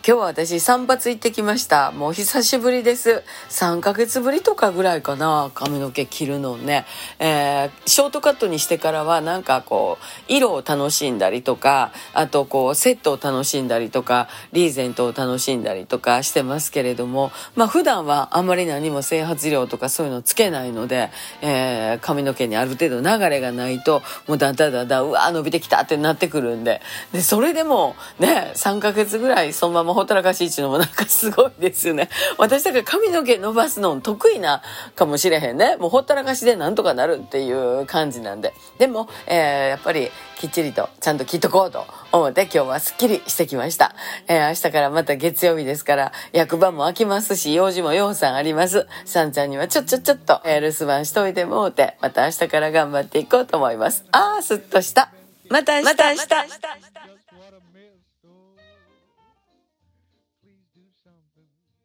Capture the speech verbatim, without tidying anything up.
今日は私散髪行ってきました。もう久しぶりです。さんかげつぶりとかぐらいかな、髪の毛切るのね、えー、ショートカットにしてからはなんかこう色を楽しんだりとか、あとこうセットを楽しんだりとか、リーゼントを楽しんだりとかしてますけれども、まあ普段はあんまり何も整髪料とかそういうのつけないので、えー、髪の毛にある程度流れがないともうだんだんだんだんうわー伸びてきたってなってくるんで、でそれでもねさんかげつぐらいそのままほったらかしっていうのもなんかすごいですよね。私だから髪の毛伸ばすの得意なかもしれへんね。もうほったらかしでなんとかなるっていう感じなんで、でも、えー、やっぱりきっちりとちゃんと切っとこうと思って今日はすっきりしてきました。えー、明日からまた月曜日ですから役場も開きますし、用事もようさんあります。さんちゃんにはちょちょちょっと、えー、留守番しといてもうて、また明日から頑張っていこうと思います。あーすっとした。また明日。また明日。